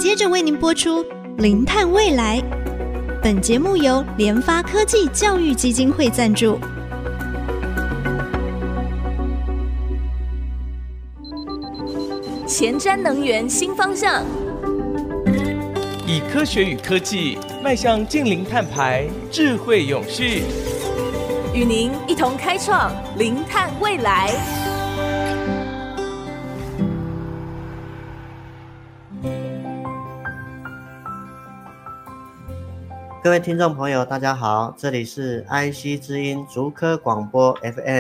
接着为您播出零碳未来。本节目由联发科技教育基金会赞助。 前瞻能源新方向， 以科学与科技迈向净零碳排，智慧永续， 与您一同开创零碳未来。 各位听众朋友大家好，这里是 IC 之音竹科广播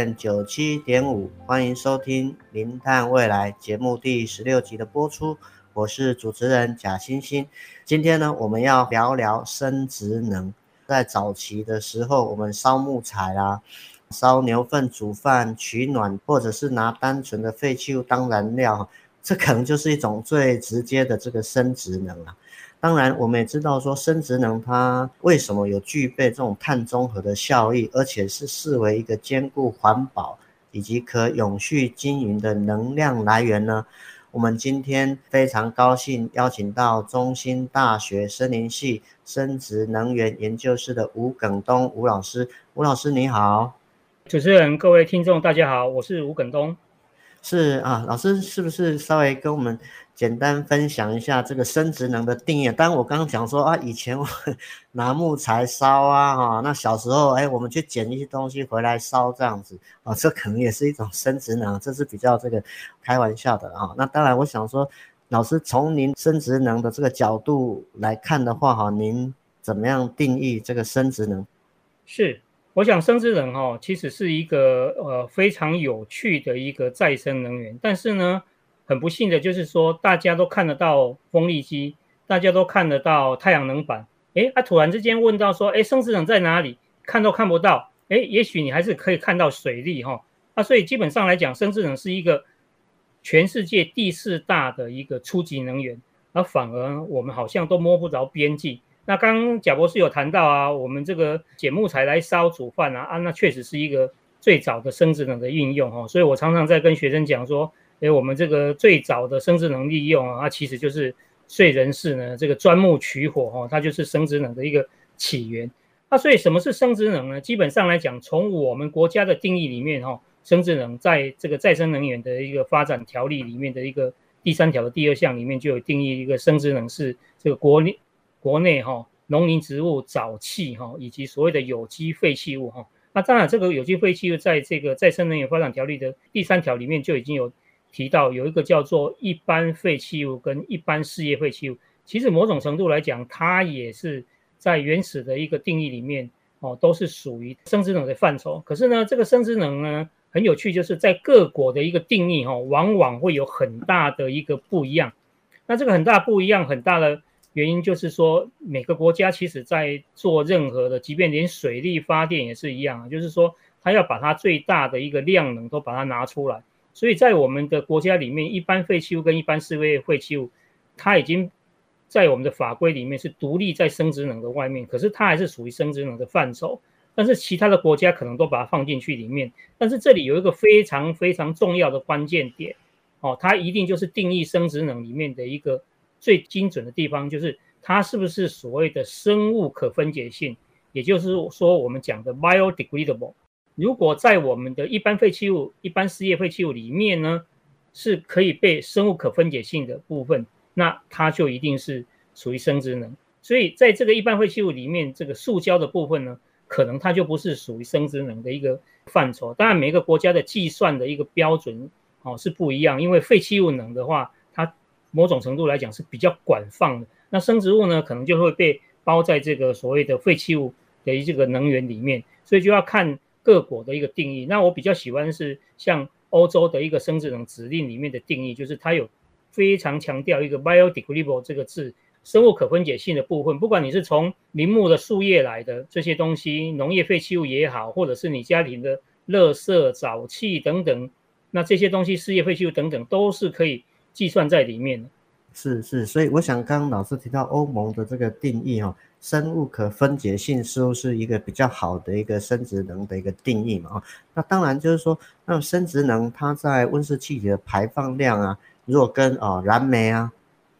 FM97.5， 欢迎收听零碳未来节目第16集的播出，我是主持人贾欣欣。今天呢，我们要聊聊生质能。在早期的时候，我们烧木材啦，烧牛粪煮饭取暖，或者是拿单纯的废弃物当燃料，这可能就是一种最直接的这个生质能啊。当然我们也知道说生质能它为什么有具备这种碳中和的效益，而且是视为一个兼顾环保以及可永续经营的能量来源呢？我们今天非常高兴邀请到中兴大学森林系生质能源研究室的吴耿东吴老师。吴老师你好。 主持人各位听众大家好，我是吴耿东。 是啊，老师是不是稍微跟我们简单分享一下这个生质能的定义？当然我刚刚讲说啊，以前我拿木材烧啊，那小时候我们去捡一些东西回来烧这样子啊，这可能也是一种生质能，这是比较这个开玩笑的啊。那当然我想说，老师从您生质能的这个角度来看的话您怎么样定义这个生质能？ 是，我想生质能其实是一个非常有趣的一个再生能源，但是呢很不幸的就是说大家都看得到风力机，大家都看得到太阳能板，突然之间问到说生质能在哪里，看都看不到，也许你还是可以看到水力所以基本上来讲生质能是一个全世界第4大的一个初级能源，而反而我们好像都摸不着边际。那刚刚贾博士有谈到我们这个捡木材来烧煮饭那确实是一个最早的生质能的运用所以我常常在跟学生讲说我们这个最早的生质能利用它其实就是燧人氏呢这个钻木取火它就是生质能的一个起源。所以什么是生质能呢？基本上来讲，从我们国家的定义里面生质能在这个再生能源的一个发展条例里面的一个第3条的第2项里面就有定义一个生质能是这个国内农林植物沼气以及所谓的有机废弃物那当然这个有机废弃物在这个再生能源发展条例的第3条里面就已经有提到，有一个叫做一般废弃物跟一般事业废弃物，其实某种程度来讲它也是在原始的一个定义里面都是属于生质能的范畴。可是呢这个生质能呢很有趣，就是在各国的一个定义往往会有很大的一个不一样。那这个很大不一样很大的原因就是说每个国家其实在做任何的，即便连水力发电也是一样就是说它要把它最大的一个量能都把它拿出来。所以在我们的国家里面，一般废弃物跟一般事业废弃物它已经在我们的法规里面是独立在生质能的外面，可是它还是属于生质能的范畴，但是其他的国家可能都把它放进去里面。但是这里有一个非常非常重要的关键点它一定就是定义生质能里面的一个最精准的地方，就是它是不是所谓的生物可分解性，也就是说我们讲的 biodegradable。 如果在我们的一般废弃物一般事业废弃物里面呢是可以被生物可分解性的部分，那它就一定是属于生质能。所以在这个一般废弃物里面，这个塑胶的部分呢可能它就不是属于生质能的一个范畴。当然每个国家的计算的一个标准是不一样，因为废弃物能的话它某种程度来讲是比较广泛的，那生质物呢可能就会被包在这个所谓的废弃物的这个能源里面，所以就要看各国的一个定义。那我比较喜欢是像欧洲的一个生质能指令里面的定义，就是它有非常强调一个 biodegradable 这个字，生物可分解性的部分，不管你是从林木的树叶来的这些东西，农业废弃物也好，或者是你家庭的垃圾沼气等等，那这些东西事业废弃物等等都是可以计算在里面的。 是，所以我想刚刚老师提到欧盟的这个定义生物可分解性似乎是一个比较好的一个生质能的一个定义嘛那当然就是说那生质能它在温室气体的排放量如果跟燃煤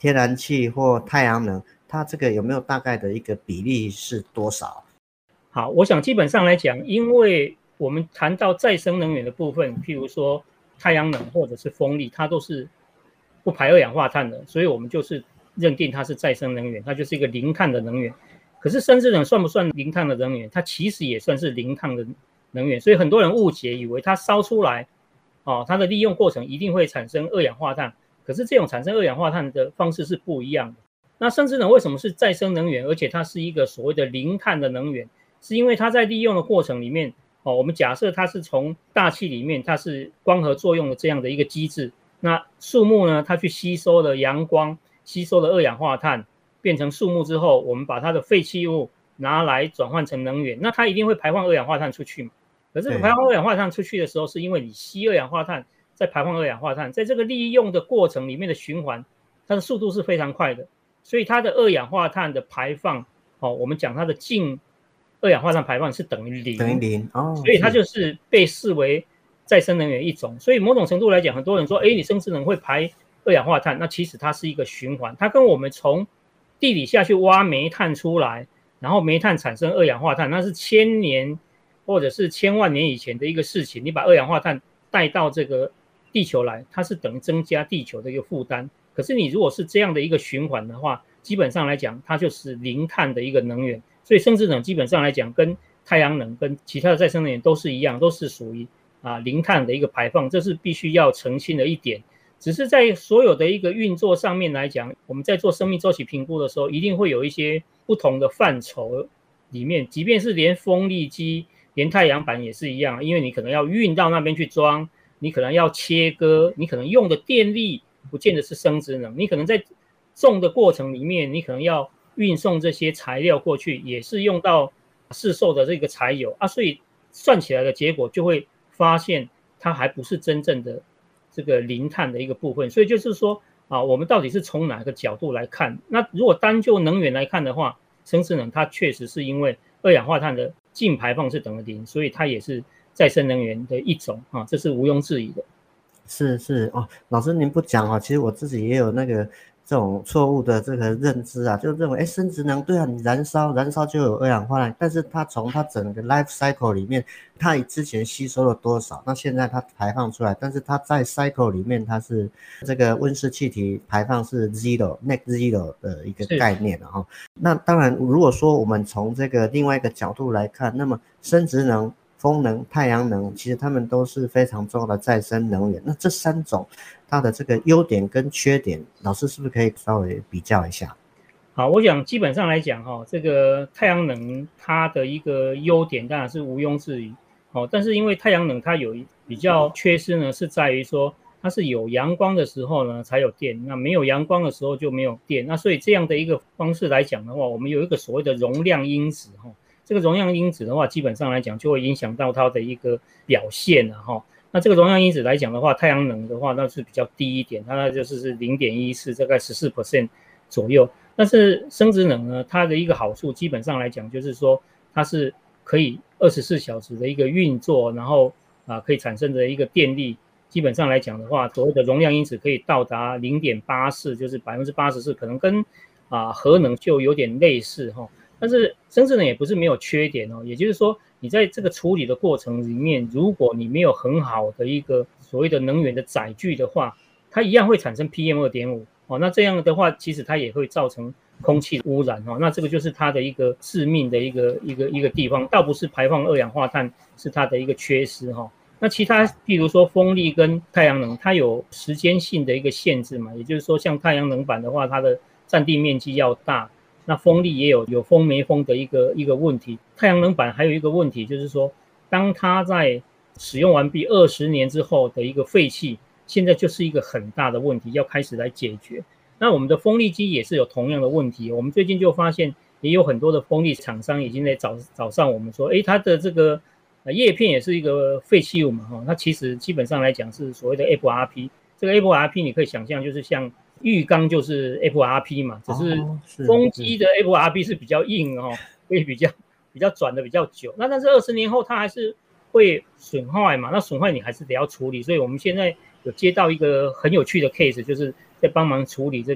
天然气或太阳能，它这个有没有大概的一个比例是多少？ 好，我想基本上来讲，因为我们谈到再生能源的部分，譬如说太阳能或者是风力，它都是不排二氧化碳的，所以我们就是认定它是再生能源，它就是一个零碳的能源。可是生质能算不算零碳的能源？它其实也算是零碳的能源，所以很多人误解，以为它烧出来，它的利用过程一定会产生二氧化碳，可是这种产生二氧化碳的方式是不一样的。那生质能为什么是再生能源，而且它是一个所谓的零碳的能源？是因为它在利用的过程里面，我们假设它是从大气里面，它是光合作用的这样的一个机制。那树木呢，它去吸收了阳光，吸收了二氧化碳，变成树木之后，我们把它的废弃物拿来转换成能源，那它一定会排放二氧化碳出去嘛。可是排放二氧化碳出去的时候，是因为你吸二氧化碳，再排放二氧化碳，在这个利用的过程里面的循环，它的速度是非常快的，所以它的二氧化碳的排放，我们讲它的净二氧化碳排放是等于零，所以它就是被视为再生能源一种。所以某种程度来讲，很多人说，你生质能会排二氧化碳，那其实它是一个循环，它跟我们从地底下去挖煤炭出来，然后煤炭产生二氧化碳，那是1000年或者是1000万年以前的一个事情。你把二氧化碳带到这个地球来，它是等于增加地球的一个负担。可是你如果是这样的一个循环的话，基本上来讲，它就是零碳的一个能源。所以生质能基本上来讲，跟太阳能跟其他的再生能源都是一样，都是属于零碳的一个排放，这是必须要澄清的一点。只是在所有的一个运作上面来讲，我们在做生命周期评估的时候，一定会有一些不同的范畴里面，即便是连风力机、连太阳板也是一样，因为你可能要运到那边去装，你可能要切割，你可能用的电力不见得是生质能，你可能在种的过程里面，你可能要运送这些材料过去，也是用到市售的这个柴油所以算起来的结果就会发现它还不是真正的这个零碳的一个部分。所以就是说我们到底是从哪个角度来看？那如果单就能源来看的话，生质能它确实是因为二氧化碳的净排放是等于零，所以它也是再生能源的一种这是毋庸置疑的。 是老师您不讲其实我自己也有那个这种错误的这个认知就认为生质能对你燃烧就有二氧化碳，但是它从它整个 life cycle 里面，它之前吸收了多少，那现在它排放出来，但是它在 cycle 里面它是这个温室气体排放是 net zero 的一个概念那当然如果说我们从这个另外一个角度来看，那么生质能、风能、太阳能，其实它们都是非常重要的再生能源。那这3种它的这个优点跟缺点，老师是不是可以稍微比较一下？ 好，我想基本上来讲这个太阳能它的一个优点当然是毋庸置疑但是因为太阳能它有比较缺失呢，是在于说它是有阳光的时候呢才有电，那没有阳光的时候就没有电。那所以这样的一个方式来讲的话，我们有一个所谓的容量因子这个容量因子的话，基本上来讲就会影响到它的一个表现那这个容量因子来讲的话，太阳能的话那是比较低一点，它就是0.14，大概14% 左右。但是生质能呢，它的一个好处基本上来讲就是说，它是可以24小时的一个运作，然后可以产生的一个电力，基本上来讲的话，所谓的容量因子可以到达0.84，就是84%，可能跟核能就有点类似但是生质能也不是没有缺点也就是说你在这个处理的过程里面，如果你没有很好的一个所谓的能源的载具的话，它一样会产生 PM2.5那这样的话其实它也会造成空气污染那这个就是它的一个致命的一个地方，倒不是排放二氧化碳是它的一个缺失那其他譬如说风力跟太阳能，它有时间性的一个限制嘛，也就是说像太阳能板的话，它的占地面积要大，那风力也有风没风的一个问题。太阳能板还有一个问题就是说，当它在使用完毕20年之后的一个废气，现在就是一个很大的问题，要开始来解决。那我们的风力机也是有同样的问题，我们最近就发现也有很多的风力厂商已经在找上我们说，它的这个叶片也是一个废弃物嘛它其实基本上来讲是所谓的 FRP。这个 FRP 你可以想象就是像浴缸就是 FRP 嘛，只是风机的 FRP 是比较硬所以比较转的比较久。那但是20年后它还是会损坏嘛，那损坏你还是得要处理。所以我们现在有接到一个很有趣的 case， 就是在帮忙处理这个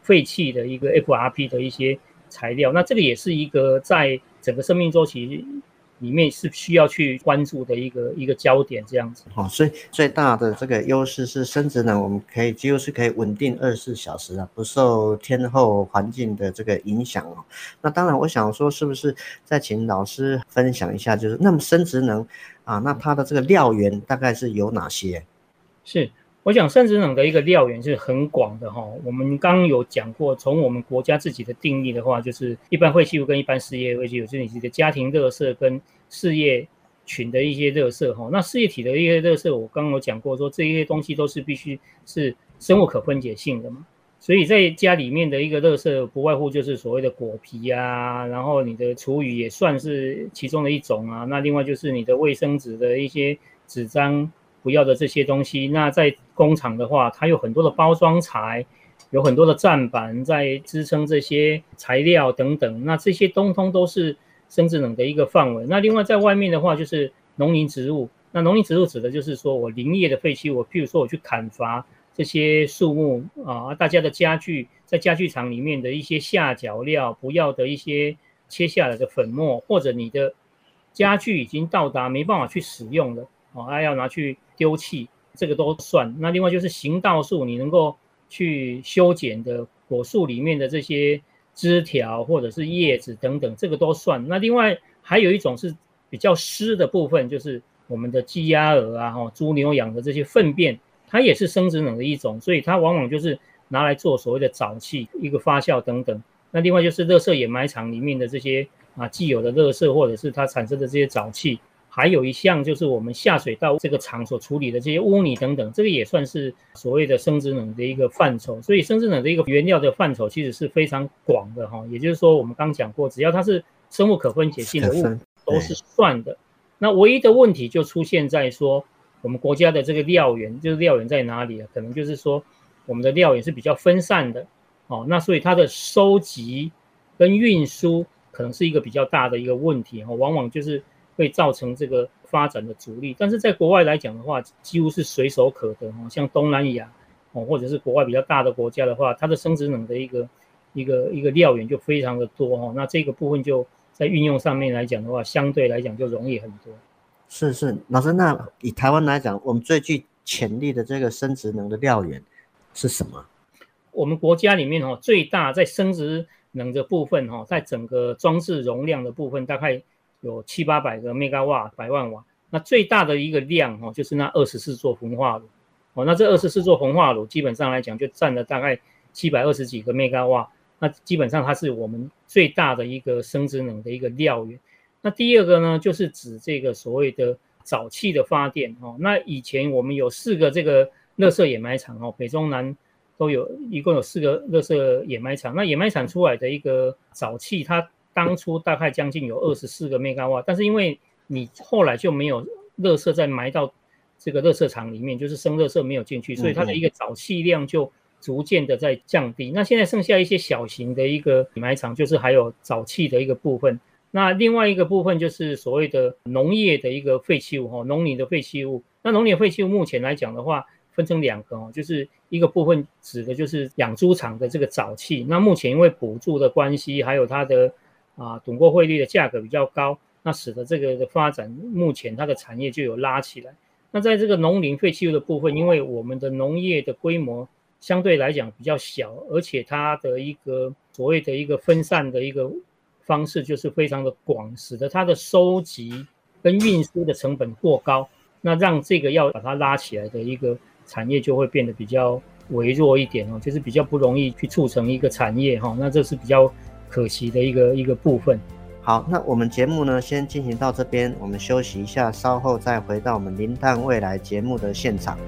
废弃的一个 FRP 的一些材料。那这个也是一个在整个生命周期里面是需要去关注的一个焦点，这样子。 所以最大的这个优势是生质能，我们几乎是可以稳定24小时啊，不受天候环境的这个影响哦。那当然，我想说，是不是再请老师分享一下，就是那么生质能啊，那它的这个料源大概是有哪些？ 是。我想生质能的一个料源是很广的哈，我们刚刚有讲过，从我们国家自己的定义的话，就是一般废弃物跟一般事业废弃物，就是你的家庭垃圾跟事业群的一些垃圾哈。那事业体的一些垃圾，我刚刚有讲过说这些东西都是必须是生物可分解性的嘛，所以在家里面的一个垃圾不外乎就是所谓的果皮啊，然后你的厨余也算是其中的一种啊，那另外就是你的卫生纸的一些纸张不要的这些东西。那在工厂的话，它有很多的包装材，有很多的站板在支撑这些材料等等，那这些通通都是生质能的一个范围。那另外在外面的话就是农林植物，那农林植物指的就是说我林业的废弃物，譬如说我去砍伐这些树木啊，大家的家具在家具厂里面的一些下脚料，不要的一些切下来的粉末，或者你的家具已经到达没办法去使用了要拿去丢弃，这个都算。那另外就是行道树，你能够去修剪的果树里面的这些枝条或者是叶子等等，这个都算。那另外还有一种是比较湿的部分，就是我们的鸡鸭鹅啊、猪牛养的这些粪便，它也是生质能的一种，所以它往往就是拿来做所谓的沼气、一个发酵等等。那另外就是垃圾掩埋场里面的这些既有的垃圾或者是它产生的这些沼气。还有一项就是我们下水道这个厂所处理的这些污泥等等，这个也算是所谓的生质能的一个范畴。所以生质能的一个原料的范畴其实是非常广的也就是说我们刚讲过，只要它是生物可分解性的物质都是算的。那唯一的问题就出现在说我们国家的这个料源，就是料源在哪里可能就是说我们的料源是比较分散的那所以它的收集跟运输可能是一个比较大的一个问题往往就是会造成这个发展的阻力。但是在国外来讲的话，几乎是随手可得像东南亚或者是国外比较大的国家的话，它的生质能的一个料源就非常的多那这个部分就在运用上面来讲的话，相对来讲就容易很多。 是，老师，那以台湾来讲，我们最具潜力的这个生质能的料源是什么？ 我们国家里面最大在生质能的部分在整个装置容量的部分大概有700-800个 megawatt 100万瓦。那最大的一个量就是那24座焚化炉那这24座焚化炉基本上来讲就占了大概720几个 megawatt， 那基本上它是我们最大的一个生质能的一个料源。那第二个呢，就是指这个所谓的沼气的发电那以前我们有4个这个垃圾掩埋场北中南都有，一共有4个垃圾掩埋场。那掩埋场出来的一个沼气，它当初大概将近有24个 megawatt， 但是因为你后来就没有垃圾再埋到这个垃圾场里面，就是生垃圾没有进去，所以它的一个沼气量就逐渐的在降低。那现在剩下一些小型的一个掩埋场，就是还有沼气的一个部分。那另外一个部分就是所谓的农业的一个废弃物农林的废弃物。那农林废弃物目前来讲的话，分成2个就是一个部分指的就是养猪场的这个沼气。那目前因为补助的关系，还有它的趸购汇率的价格比较高，那使得这个的发展目前它的产业就有拉起来。那在这个农林废弃物的部分，因为我们的农业的规模相对来讲比较小，而且它的一个所谓的一个分散的一个方式就是非常的广，使得它的收集跟运输的成本过高，那让这个要把它拉起来的一个产业就会变得比较微弱一点就是比较不容易去促成一个产业那这是比较可惜的一个部分。 好，那我们节目呢先进行到这边，我们休息一下，稍后再回到我们零碳未来节目的现场。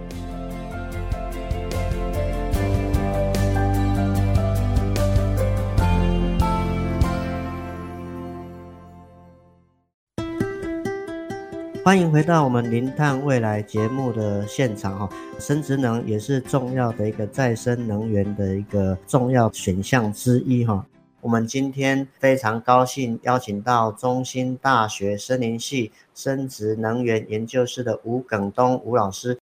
欢迎回到我们零碳未来节目的现场生质能也是重要的一个再生能源的一个重要选项之一我们今天非常高兴邀请到中兴大学森林系生质能源研究室的吴耿东吴老师。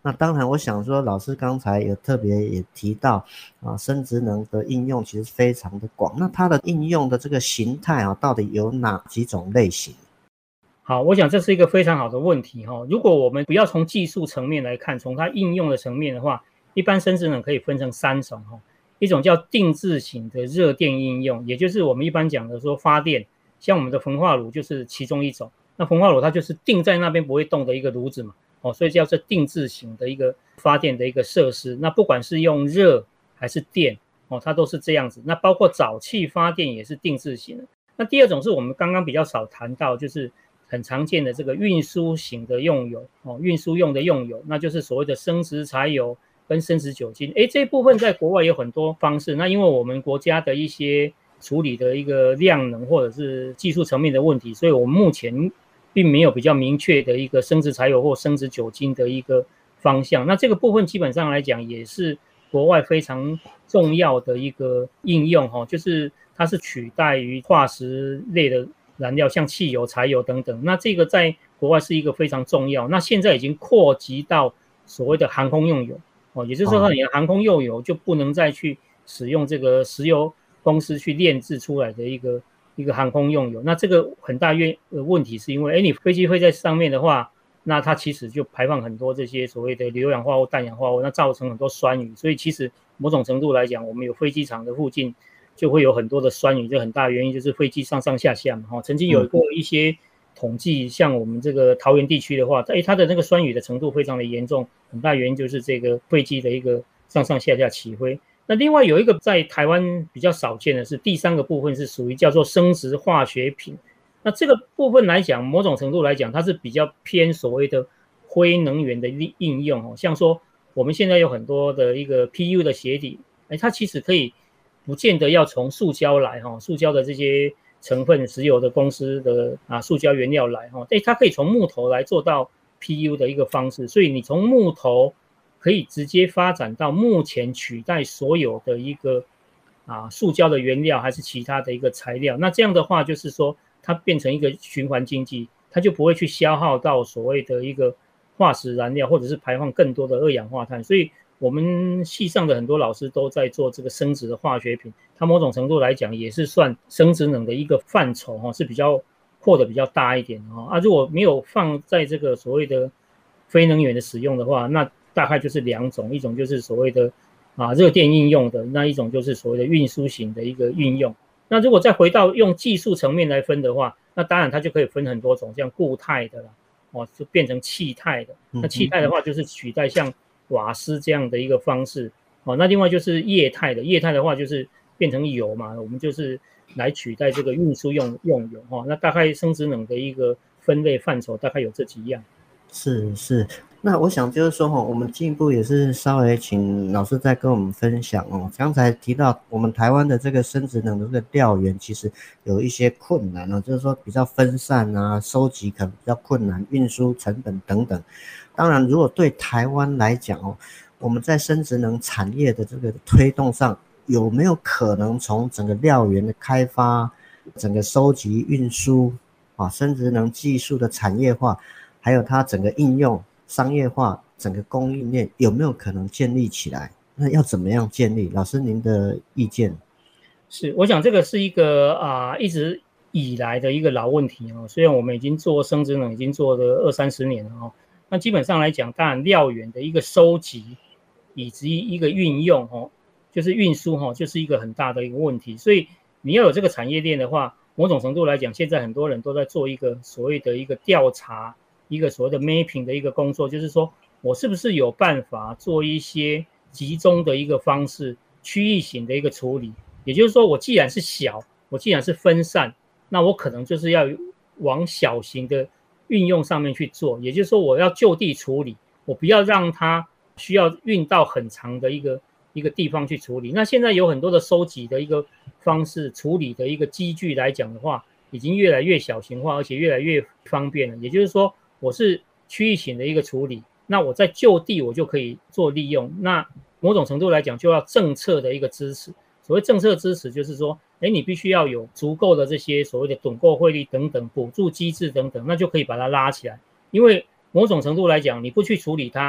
那当然我想说老师刚才有特别也提到生质能的应用其实非常的广，那它的应用的这个形态到底有哪几种类型？ 好，我想这是一个非常好的问题如果我们不要从技术层面来看，从它应用的层面的话，一般生质能可以分成3种一种叫定制型的热电应用，也就是我们一般讲的说发电，像我们的焚化炉就是其中一种。那焚化炉它就是定在那边不会动的一个炉子嘛所以叫做定制型的一个发电的一个设施。那不管是用热还是电它都是这样子。那包括沼气发电也是定制型的。那第二种是我们刚刚比较少谈到，就是很常见的这个运输型的用油运输用的用油，那就是所谓的生质柴油跟生质酒精。这一部分在国外有很多方式，那因为我们国家的一些处理的一个量能或者是技术层面的问题，所以我们目前并没有比较明确的一个生质柴油或生质酒精的一个方向。那这个部分基本上来讲也是国外非常重要的一个应用就是它是取代于化石类的燃料，像汽油、柴油等等。那这个在国外是一个非常重要，那现在已经扩及到所谓的航空用油也就是说你的航空用油就不能再去使用这个石油公司去炼制出来的一个航空用油。那这个很大问题是因为你飞机飞在上面的话，那它其实就排放很多这些所谓的硫氧化物、氮氧化物，那造成很多酸雨。所以其实某种程度来讲，我们有飞机场的附近就会有很多的酸雨，这很大原因就是飞机上上下下嘛曾经有过一些统计，像我们这个桃园地区的话它的那个酸雨的程度非常的严重，很大原因就是这个飞机的一个上上下下起飞。那另外有一个在台湾比较少见的是第3个部分，是属于叫做生质化学品。那这个部分来讲，某种程度来讲它是比较偏所谓的灰能源的应用像说我们现在有很多的一个 PU 的鞋底它其实可以不见得要从塑胶来塑胶的这些成分石油的公司的塑胶原料来它可以从木头来做到 PU 的一个方式。所以你从木头可以直接发展到目前取代所有的一个塑胶的原料还是其他的一个材料。那这样的话就是说它变成一个循环经济，它就不会去消耗到所谓的一个化石燃料，或者是排放更多的二氧化碳。所以我们系上的很多老师都在做这个生质的化学品，它某种程度来讲也是算生质能的一个范畴是比较扩的比较大一点如果没有放在这个所谓的非能源的使用的话，那大概就是2种，一种就是所谓的热电应用的，那一种就是所谓的运输型的一个运用。那如果再回到用技术层面来分的话，那当然它就可以分很多种，像固态的就变成气态的。那气态的话就是取代像瓦斯这样的一个方式那另外就是液态的，液态的话就是变成油嘛，我们就是来取代这个运输用油那大概生质能的一个分类范畴大概有这几样。 是，那我想就是说我们进一步也是稍微请老师再跟我们分享刚才提到我们台湾的这个生质能的这个料源其实有一些困难就是说比较分散收集可能比较困难，运输成本等等。当然如果对台湾来讲我们在生质能产业的这个推动上有没有可能从整个料源的开发、整个收集、运输生质能技术的产业化，还有它整个应用商业化，整个供应链有没有可能建立起来？那要怎么样建立？老师您的意见？ 是，我想这个是一个一直以来的一个老问题虽然我们已经做生质能已经做了20-30年了那基本上来讲，当然料源的一个收集以及一个运用就是运输就是一个很大的一个问题。所以你要有这个产业链的话，某种程度来讲，现在很多人都在做一个所谓的一个调查，一个所谓的 mapping 的一个工作，就是说我是不是有办法做一些集中的一个方式，区域型的一个处理。也就是说我既然是小，我既然是分散，那我可能就是要往小型的运用上面去做。也就是说我要就地处理，我不要让它需要运到很长的一个地方去处理。那现在有很多的收集的一个方式，处理的一个机具来讲的话，已经越来越小型化，而且越来越方便了。也就是说我是区域型的一个处理，那我在就地我就可以做利用。那某种程度来讲就要政策的一个支持。所谓政策支持就是说你必须要有足够的这些所谓的趸购汇率等等补助机制等等，那就可以把它拉起来。因为某种程度来讲，你不去处理它，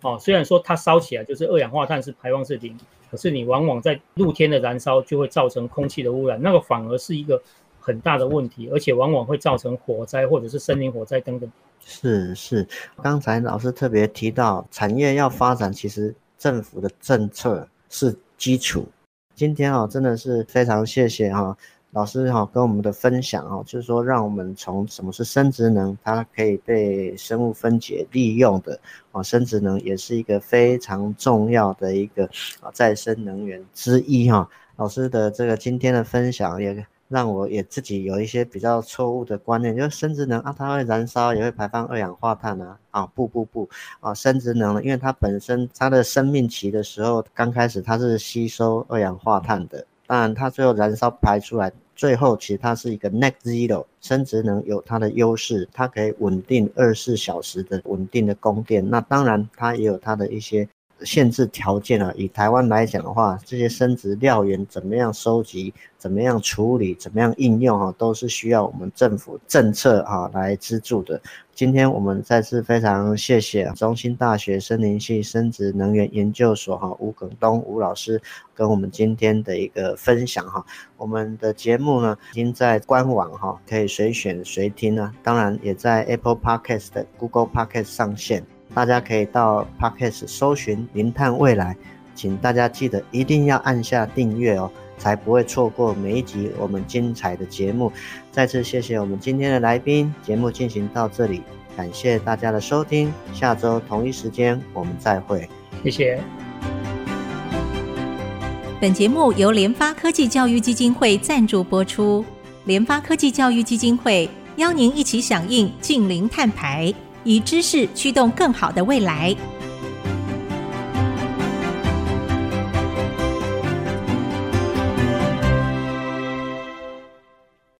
虽然说它烧起来就是二氧化碳是排放是0，可是你往往在露天的燃烧就会造成空气的污染，那个反而是一个很大的问题，而且往往会造成火灾或者是森林火灾等等。 是，刚才老师特别提到产业要发展，其实政府的政策是基础。今天真的是非常谢谢老师跟我们的分享就是说让我们从什么是生质能，它可以被生物分解利用的生质能也是一个非常重要的一个再生能源之一老师的这个今天的分享也让我也自己有一些比较错误的观念，就是生质能它会燃烧也会排放二氧化碳不生质能因为它本身它的生命期的时候刚开始它是吸收二氧化碳的，当然它最后燃烧排出来，最后其实它是一个 net zero。 生质能有它的优势，它可以稳定24小时的稳定的供电，那当然它也有它的一些限制条件以台湾来讲的话，这些生质料源怎么样收集，怎么样处理，怎么样应用都是需要我们政府政策来资助的。今天我们再次非常谢谢中兴大学森林系生质能源研究所吴耿东吴老师跟我们今天的一个分享我们的节目呢已经在官网可以随选随听当然也在 Apple Podcast、Google Podcast 上线，大家可以到 Podcast 搜寻零碳未来，请大家记得一定要按下订阅才不会错过每一集我们精彩的节目。再次谢谢我们今天的来宾，节目进行到这里，感谢大家的收听，下周同一时间我们再会。 谢谢。 本节目由联发科技教育基金会赞助播出，联发科技教育基金会邀您一起响应净零碳排，以知识驱动更好的未来。